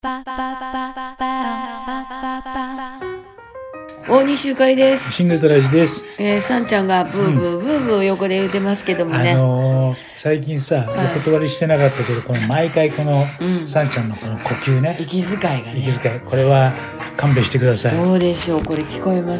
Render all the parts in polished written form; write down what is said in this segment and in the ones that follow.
大西ゆかりです。 シングルトラジです。 さんちゃんがブーブーブーブー横で言ってますけどもね、 最近さ、お断りしてなかったけど、この毎回このさんちゃんのこの呼吸ね、 息遣いがね、 息遣い、これは勘弁してください。 どうでしょう、これ聞こえます？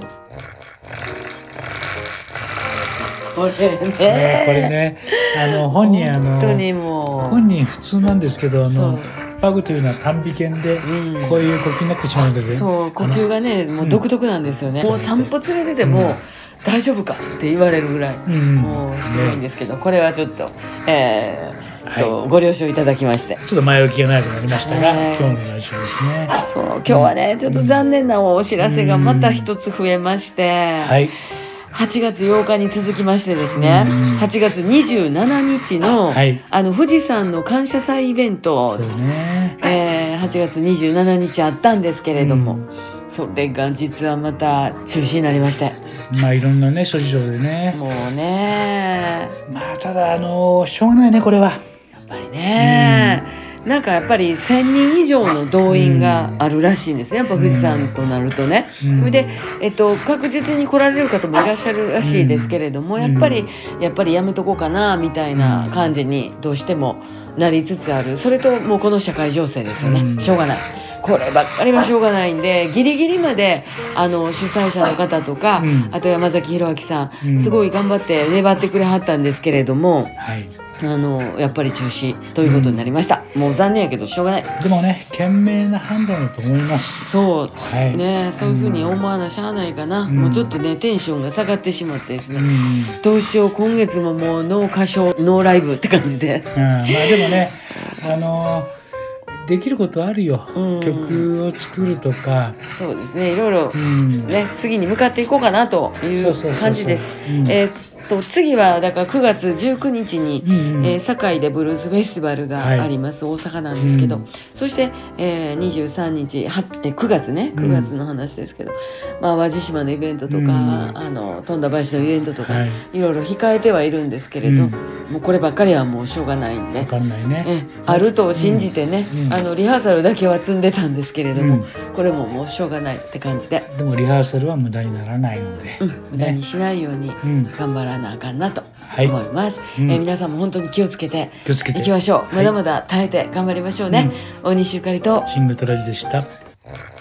これね、 これね、本人本当にもう本人普通なんですけど、パグというのは短尾犬で、こういう呼吸になってしまうので、 そう呼吸がね、もう独特なんですよね。もう散歩連れてても、大丈夫かって言われるぐらい、もうすごいんですけど、これはちょっと、ご了承いただきまして、 ちょっと前置きが長くなりましたが、今日の来週ですね。 そう、今日はね、ちょっと残念なお知らせがまた一つ増えまして、8月8日に続きましてですね、8月27日の、富士山の感謝祭イベント、8月27日あったんですけれども、それが実はまた中止になりまして、 いろんなね諸事情でね、 もうね、 ただしょうがないね、これはやっぱりね、なんかやっぱり1000人以上の動員があるらしいんですね、やっぱ富士山となるとね。それで、確実に来られる方もいらっしゃるらしいですけれども、やっぱりやめとこうかなみたいな感じにどうしてもなりつつある。それともうこの社会情勢ですよね、しょうがない、こればっかりはしょうがないんで、ギリギリまで主催者の方とか、あと山崎弘明さん、すごい頑張って粘ってくれはったんですけれども、やっぱり中止ということになりました。もう残念やけどしょうがない。 でもね、賢明な判断だと思います。 そう、ね、そういうふうに思わなしゃあないかな。もうちょっとね、テンションが下がってしまってですね、どうしよう、今月ももうノー歌唱ノーライブって感じで、 でもね、できることあるよ、曲を作るとか。 そうですね、いろいろ、次に向かっていこうかなという感じです。次はだから9月19日に、堺でブルースフェスティバルがあります、大阪なんですけど、そして、23日9月ね、9月の話ですけど、淡路島のイベントとか、富田林のイベントとか、いろいろ控えてはいるんですけれど、もうこればっかりはもうしょうがないんで、 分かんないね、 あると信じてね、リハーサルだけは積んでたんですけれども、これももうしょうがないって感じで、 でもリハーサルは無駄にならないので、 無駄にしないように頑張らなあかんなと思います。皆さんも本当に気をつけていきましょう。まだまだ耐えて頑張りましょうね。大西ゆかりとシングルトラジでした。